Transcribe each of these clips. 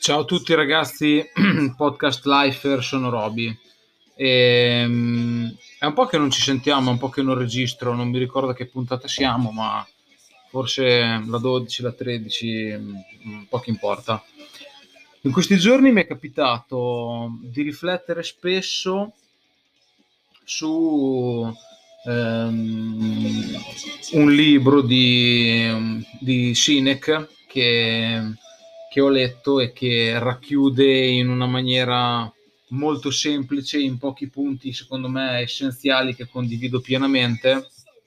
Ciao a tutti ragazzi, podcast Lifer, sono Roby. È un po' che non ci sentiamo, è un po' che non registro, non mi ricordo a che puntata siamo, ma forse la 12, la 13, poco importa. In questi giorni mi è capitato di riflettere spesso su ehm, un libro di Sinek che ho letto e che racchiude in una maniera molto semplice, in pochi punti, secondo me, essenziali che condivido pienamente.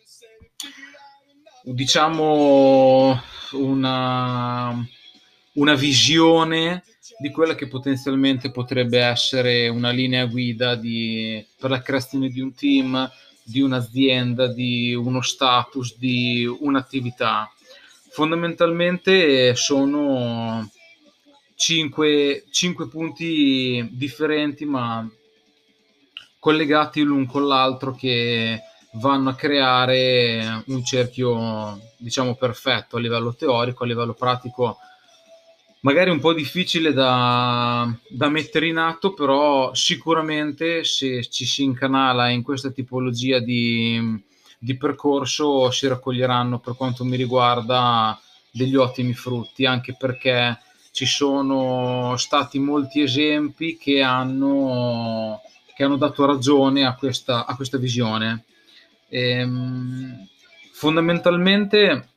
Diciamo una, una visione di quella che potenzialmente potrebbe essere una linea guida per la creazione di un team, di un'azienda, di uno status, di un'attività. Fondamentalmente sono cinque punti differenti ma collegati l'un con l'altro che vanno a creare un cerchio, diciamo, perfetto a livello teorico, a livello pratico magari un po' difficile da mettere in atto, però sicuramente se ci si incanala in questa tipologia di percorso si raccoglieranno, per quanto mi riguarda, degli ottimi frutti, anche perché ci sono stati molti esempi che hanno dato ragione a questa visione. Fondamentalmente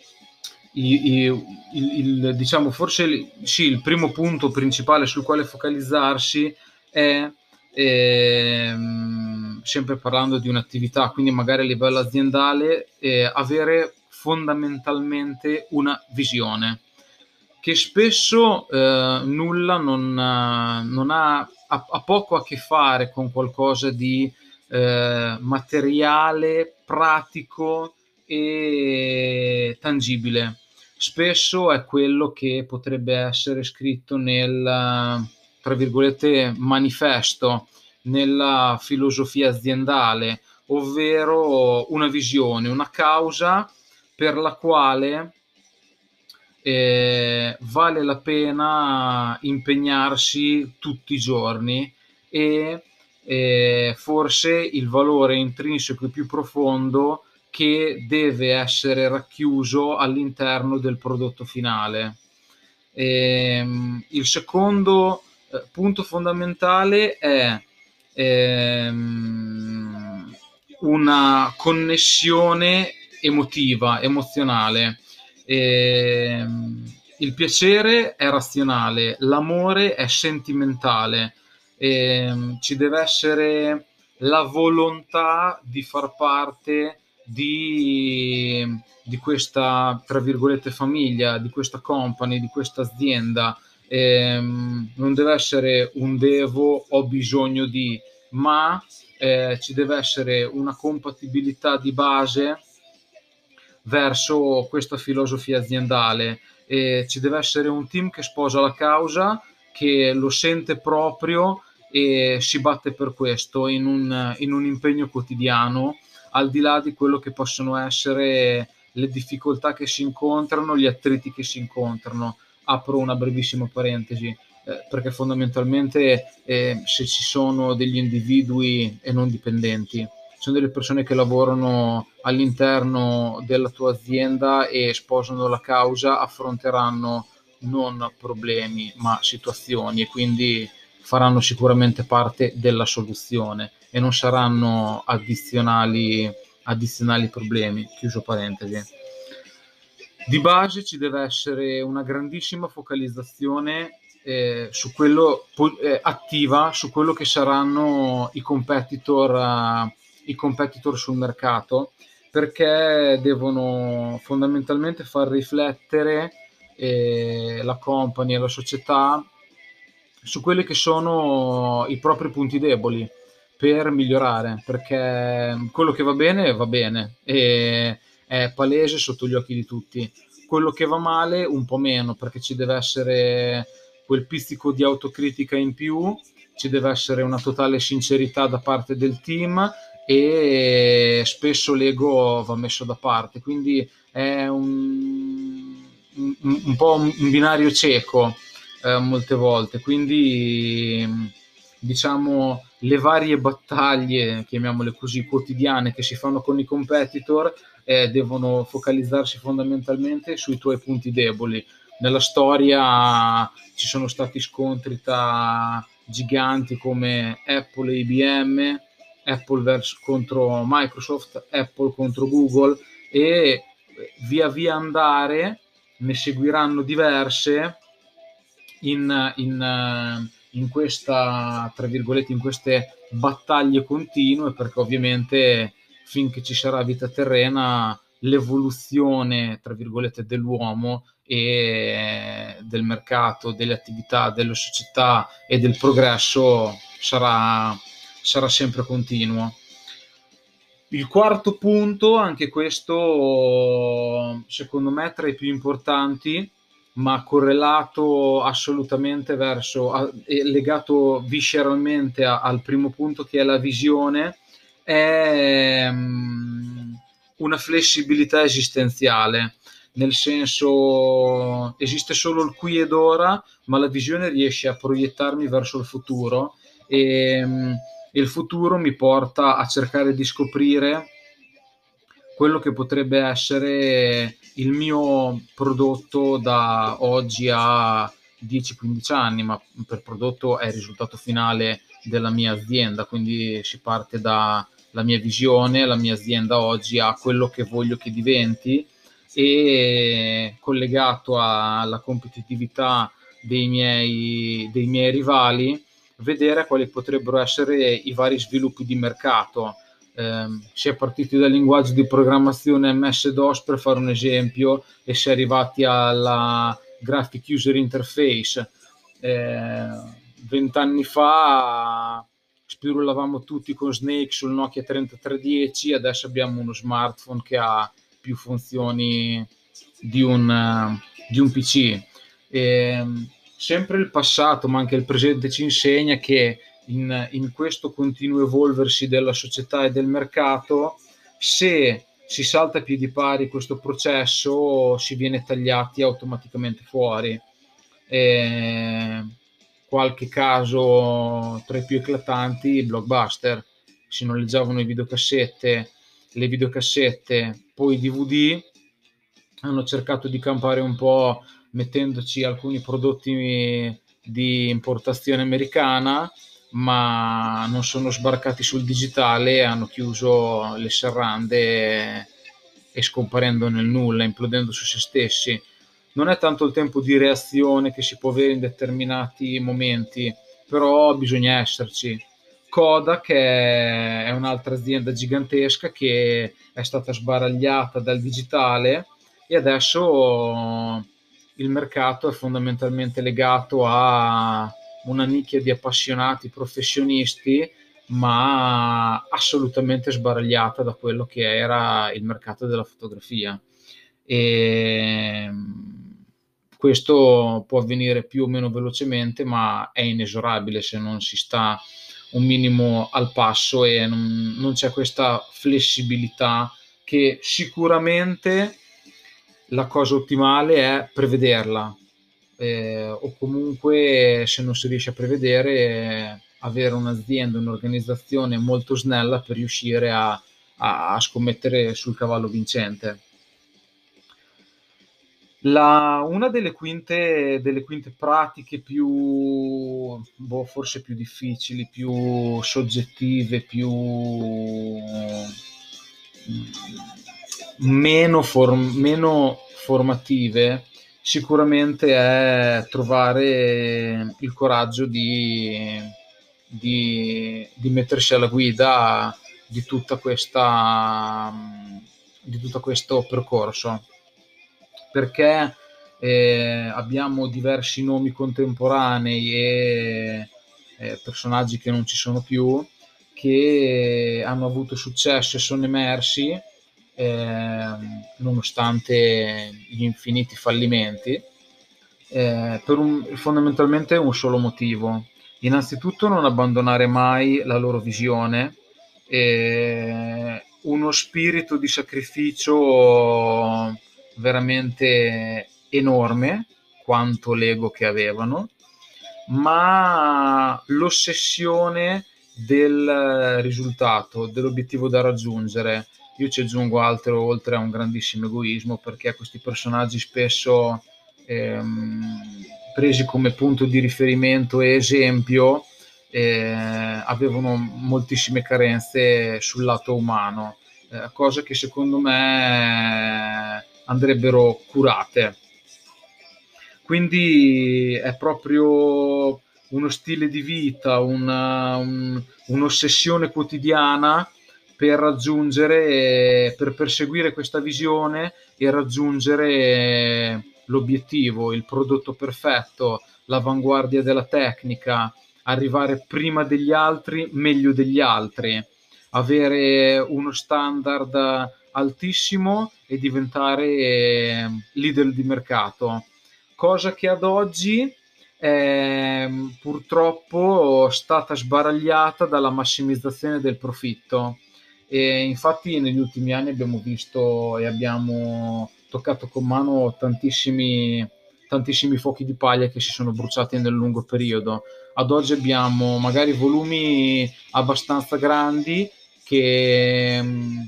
diciamo, forse sì, il primo punto principale sul quale focalizzarsi è, sempre parlando di un'attività, quindi magari a livello aziendale, avere fondamentalmente una visione che spesso nulla non ha poco a che fare con qualcosa di materiale, pratico e tangibile. Spesso è quello che potrebbe essere scritto nel, tra virgolette, manifesto, nella filosofia aziendale, ovvero una visione, una causa per la quale vale la pena impegnarsi tutti i giorni e forse il valore intrinseco e più profondo che deve essere racchiuso all'interno del prodotto finale. Il secondo punto fondamentale è una connessione emotiva, emozionale. Il piacere è razionale, l'amore è sentimentale, ci deve essere la volontà di far parte di questa, tra virgolette, famiglia, di questa company, di questa azienda. Non deve essere un devo, ho bisogno di, ma ci deve essere una compatibilità di base verso questa filosofia aziendale e ci deve essere un team che sposa la causa, che lo sente proprio e si batte per questo in un impegno quotidiano, al di là di quello che possono essere le difficoltà che si incontrano, gli attriti che si incontrano. Apro una brevissima parentesi, perché fondamentalmente se ci sono degli individui e non dipendenti, sono delle persone che lavorano all'interno della tua azienda e sposano la causa, affronteranno non problemi ma situazioni e quindi faranno sicuramente parte della soluzione e non saranno addizionali problemi. Chiuso parentesi. Di base ci deve essere una grandissima focalizzazione attiva su quello che saranno i competitor sul mercato, perché devono fondamentalmente far riflettere la company e la società su quelli che sono i propri punti deboli per migliorare, perché quello che va bene e è palese sotto gli occhi di tutti. Quello che va male un po' meno, perché ci deve essere quel pizzico di autocritica in più, ci deve essere una totale sincerità da parte del team e spesso l'ego va messo da parte, quindi è un po' un binario cieco. molte volte. Quindi diciamo le varie battaglie, chiamiamole così, quotidiane che si fanno con i competitor devono focalizzarsi fondamentalmente sui tuoi punti deboli. Nella storia ci sono stati scontri tra giganti come Apple e IBM, contro Microsoft, Apple contro Google, e via via andare ne seguiranno diverse in questa, tra virgolette, in queste battaglie continue, perché ovviamente finché ci sarà vita terrena l'evoluzione, tra virgolette, dell'uomo e del mercato, delle attività, delle società e del progresso sarà sempre continuo. Il quarto punto, anche questo secondo me tra i più importanti, ma correlato assolutamente legato visceralmente al primo punto, che è la visione, è una flessibilità esistenziale. Nel senso, esiste solo il qui ed ora, ma la visione riesce a proiettarmi verso il futuro, e il futuro mi porta a cercare di scoprire quello che potrebbe essere il mio prodotto da oggi a 10-15 anni, ma per prodotto è il risultato finale della mia azienda, quindi si parte dalla mia visione, la mia azienda oggi, a quello che voglio che diventi, e collegato alla competitività dei miei rivali, vedere quali potrebbero essere i vari sviluppi di mercato. Si è partiti dal linguaggio di programmazione MS-DOS, per fare un esempio, e si è arrivati alla Graphic User Interface. 20 anni fa spirulavamo tutti con Snake sul Nokia 3310, adesso abbiamo uno smartphone che ha più funzioni di un PC. Sempre il passato, ma anche il presente, ci insegna che in questo continuo evolversi della società e del mercato, se si salta a piedi pari questo processo, si viene tagliati automaticamente fuori. Qualche caso tra i più eclatanti: Blockbuster. Si noleggiavano le videocassette, poi i DVD, hanno cercato di campare un po' mettendoci alcuni prodotti di importazione americana, ma non sono sbarcati sul digitale e hanno chiuso le serrande e scomparendo nel nulla, implodendo su se stessi. Non è tanto il tempo di reazione che si può avere in determinati momenti, però bisogna esserci. Kodak è un'altra azienda gigantesca che è stata sbaragliata dal digitale, e adesso il mercato è fondamentalmente legato a una nicchia di appassionati professionisti, ma assolutamente sbaragliata da quello che era il mercato della fotografia. E questo può avvenire più o meno velocemente, ma è inesorabile se non si sta un minimo al passo e non c'è questa flessibilità, che sicuramente la cosa ottimale è prevederla, o comunque, se non si riesce a prevedere, avere un'azienda, un'organizzazione molto snella per riuscire a scommettere sul cavallo vincente. Una delle quinte pratiche più, forse più difficili, più soggettive, meno formative, sicuramente è trovare il coraggio di mettersi alla guida di tutta questa, di tutto questo percorso, perché abbiamo diversi nomi contemporanei e personaggi che non ci sono più, che hanno avuto successo e sono emersi nonostante gli infiniti fallimenti, fondamentalmente un solo motivo: innanzitutto non abbandonare mai la loro visione, uno spirito di sacrificio veramente enorme, quanto l'ego che avevano, ma l'ossessione del risultato, dell'obiettivo da raggiungere. Io ci aggiungo altro, oltre a un grandissimo egoismo, perché questi personaggi spesso presi come punto di riferimento e esempio avevano moltissime carenze sul lato umano, cose che secondo me andrebbero curate. Quindi è proprio uno stile di vita, un'ossessione quotidiana per raggiungere, per perseguire questa visione e raggiungere l'obiettivo, il prodotto perfetto, l'avanguardia della tecnica, arrivare prima degli altri, meglio degli altri, avere uno standard altissimo e diventare leader di mercato, cosa che ad oggi è purtroppo stata sbaragliata dalla massimizzazione del profitto. E infatti negli ultimi anni abbiamo visto e abbiamo toccato con mano tantissimi fuochi di paglia che si sono bruciati nel lungo periodo. Ad oggi abbiamo magari volumi abbastanza grandi che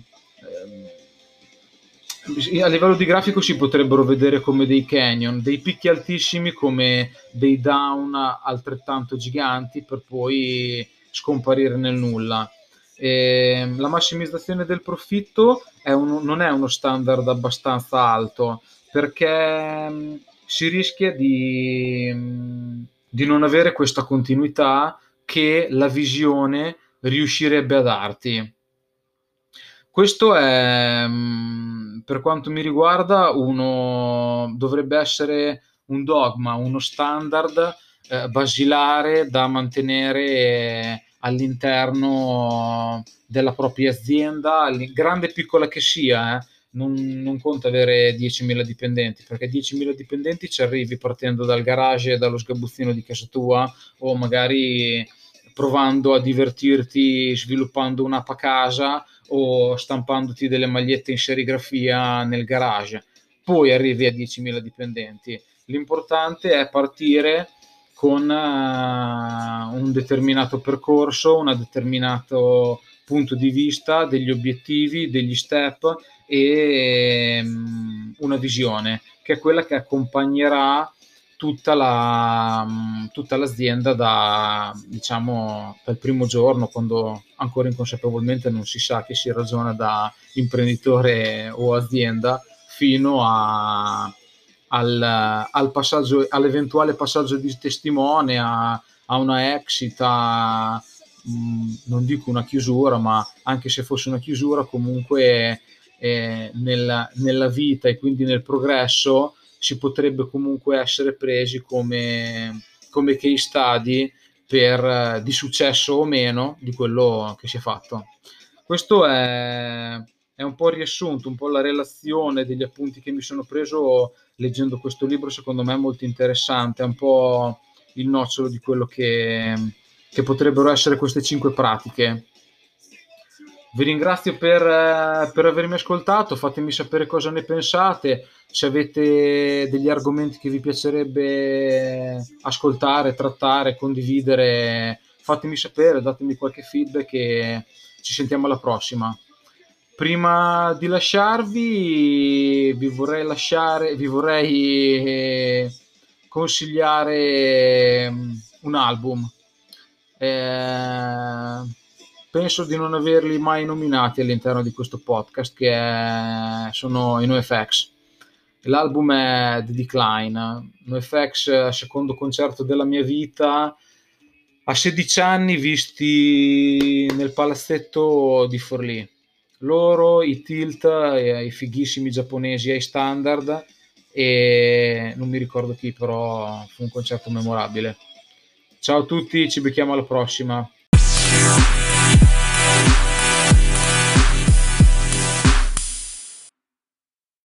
a livello di grafico si potrebbero vedere come dei canyon, dei picchi altissimi come dei down altrettanto giganti per poi scomparire nel nulla. La massimizzazione del profitto non è uno standard abbastanza alto, perché si rischia di non avere questa continuità che la visione riuscirebbe a darti. Questo è, per quanto mi riguarda, dovrebbe essere un dogma, uno standard basilare da mantenere all'interno della propria azienda, grande e piccola che sia. Non conta avere 10.000 dipendenti, perché 10.000 dipendenti ci arrivi partendo dal garage e dallo sgabuzzino di casa tua, o magari provando a divertirti sviluppando un'app a casa o stampandoti delle magliette in serigrafia nel garage. Poi arrivi a 10.000 dipendenti. L'importante è partire con un determinato percorso, un determinato punto di vista, degli obiettivi, degli step e una visione, che è quella che accompagnerà tutta l'azienda dal primo giorno, quando ancora inconsapevolmente non si sa che si ragiona da imprenditore o azienda, fino al passaggio, all'eventuale passaggio di testimone, a una exit, non dico una chiusura, ma anche se fosse una chiusura, comunque nella vita e quindi nel progresso si potrebbe comunque essere presi come case study di successo o meno di quello che si è fatto. Questo è un po' il riassunto, un po' la relazione degli appunti che mi sono preso leggendo questo libro. Secondo me è molto interessante, è un po' il nocciolo di quello che potrebbero essere queste 5 pratiche. Vi ringrazio per avermi ascoltato, fatemi sapere cosa ne pensate, se avete degli argomenti che vi piacerebbe ascoltare, trattare, condividere, fatemi sapere, datemi qualche feedback e ci sentiamo alla prossima. Prima di lasciarvi vi vorrei consigliare un album. Penso di non averli mai nominati all'interno di questo podcast, sono i NoFX. L'album è The Decline. NoFX, secondo concerto della mia vita, a 16 anni, visti nel palazzetto di Forlì. Loro, i Tilt, i fighissimi giapponesi ai standard, e non mi ricordo chi, però fu un concerto memorabile. Ciao a tutti, ci becchiamo alla prossima.